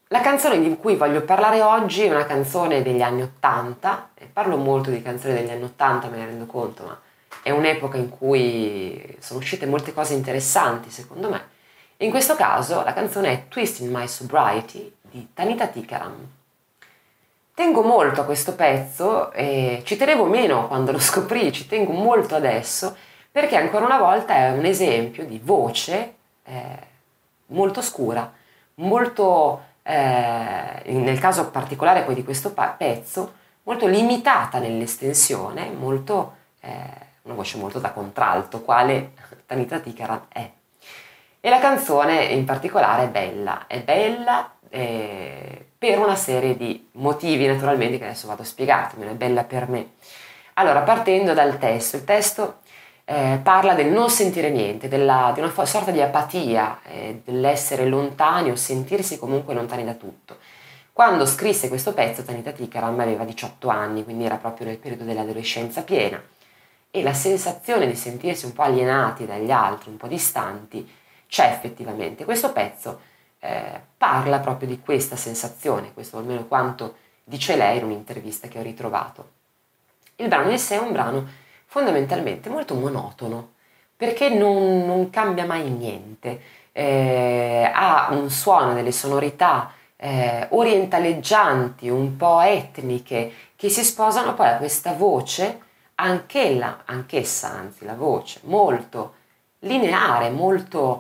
La canzone di cui voglio parlare oggi è una canzone degli anni '80, e parlo molto di canzoni degli anni '80, me ne rendo conto, ma è un'epoca in cui sono uscite molte cose interessanti, secondo me. E in questo caso la canzone è Twisting My Sobriety di Tanita Tikaram. Tengo molto a questo pezzo e ci tenevo meno quando lo scoprì, ci tengo molto adesso, perché ancora una volta è un esempio di voce molto scura, molto, nel caso particolare poi di questo pezzo, molto limitata nell'estensione, molto, una voce molto da contralto, quale Tanita Tikaram è. E la canzone in particolare è bella per una serie di motivi naturalmente che adesso vado a spiegarti, ma è bella per me. Allora, partendo dal testo, il testo parla del non sentire niente, di una sorta di apatia, dell'essere lontani o sentirsi comunque lontani da tutto. Quando scrisse questo pezzo, Tanita Tikaram aveva 18 anni, quindi era proprio nel periodo dell'adolescenza piena, e la sensazione di sentirsi un po' alienati dagli altri, un po' distanti, c'è effettivamente. Questo pezzo parla proprio di questa sensazione, questo almeno quanto dice lei in un'intervista che ho ritrovato. Il brano in sé è un brano fondamentalmente molto monotono, perché non cambia mai niente, ha un suono, delle sonorità orientaleggianti, un po' etniche, che si sposano poi a questa voce, anch'essa, anzi la voce, molto lineare, molto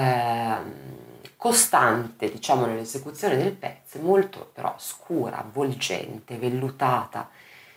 costante, diciamo, nell'esecuzione del pezzo, molto però scura, avvolgente, vellutata,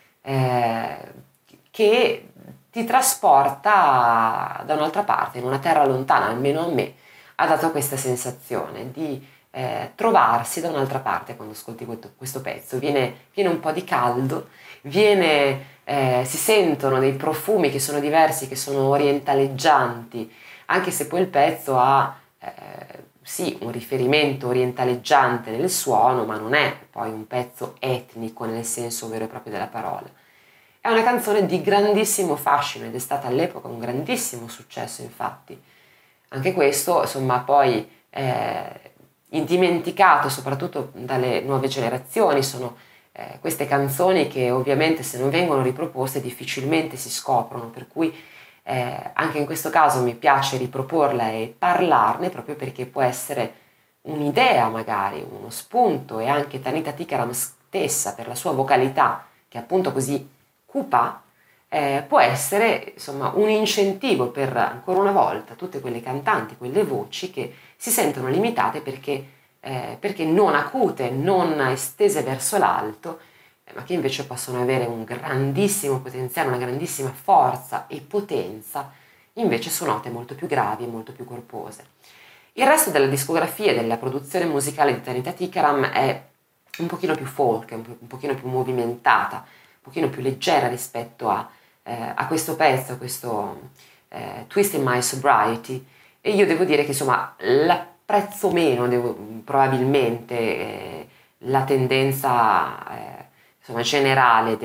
che ti trasporta da un'altra parte, in una terra lontana, almeno a me ha dato questa sensazione di trovarsi da un'altra parte quando ascolti questo pezzo. Viene un po' di caldo, si sentono dei profumi che sono diversi, che sono orientaleggianti, anche se poi il pezzo ha sì un riferimento orientaleggiante nel suono, ma non è poi un pezzo etnico nel senso vero e proprio della parola. È una canzone di grandissimo fascino ed è stata all'epoca un grandissimo successo, infatti. Anche questo, insomma, poi indimenticato soprattutto dalle nuove generazioni, sono queste canzoni che ovviamente se non vengono riproposte difficilmente si scoprono, per cui anche in questo caso mi piace riproporla e parlarne proprio perché può essere un'idea magari, uno spunto, e anche Tanita Tikaram stessa per la sua vocalità che è appunto così cupa, può essere insomma un incentivo per ancora una volta tutte quelle cantanti, quelle voci che si sentono limitate perché non acute, non estese verso l'alto, ma che invece possono avere un grandissimo potenziale, una grandissima forza e potenza, invece su note molto più gravi e molto più corpose. Il resto della discografia e della produzione musicale di Tanita Tikaram è un pochino più folk, un pochino più movimentata, un pochino più leggera rispetto a questo pezzo, a questo Twisting My Sobriety, e io devo dire che insomma l'apprezzo meno, probabilmente la tendenza insomma generale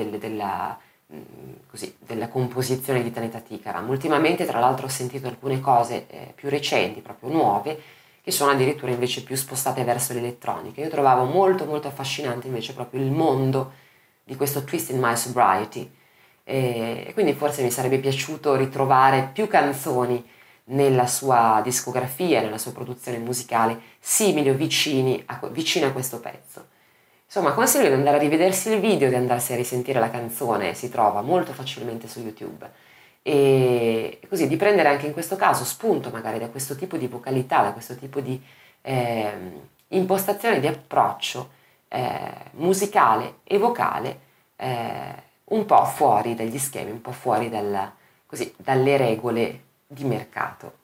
della composizione di Tanita Tikaram. Ultimamente tra l'altro ho sentito alcune cose più recenti, proprio nuove, che sono addirittura invece più spostate verso l'elettronica. Io trovavo molto molto affascinante invece proprio il mondo di questo Twisting My Sobriety, e quindi forse mi sarebbe piaciuto ritrovare più canzoni nella sua discografia, nella sua produzione musicale, simili o vicine a questo pezzo. Insomma, consiglio di andare a rivedersi il video, di andarsi a risentire la canzone, si trova molto facilmente su YouTube, e così di prendere anche in questo caso spunto magari da questo tipo di vocalità, da questo tipo di impostazione di approccio musicale e vocale, un po' fuori dagli schemi, un po' fuori dalle regole di mercato.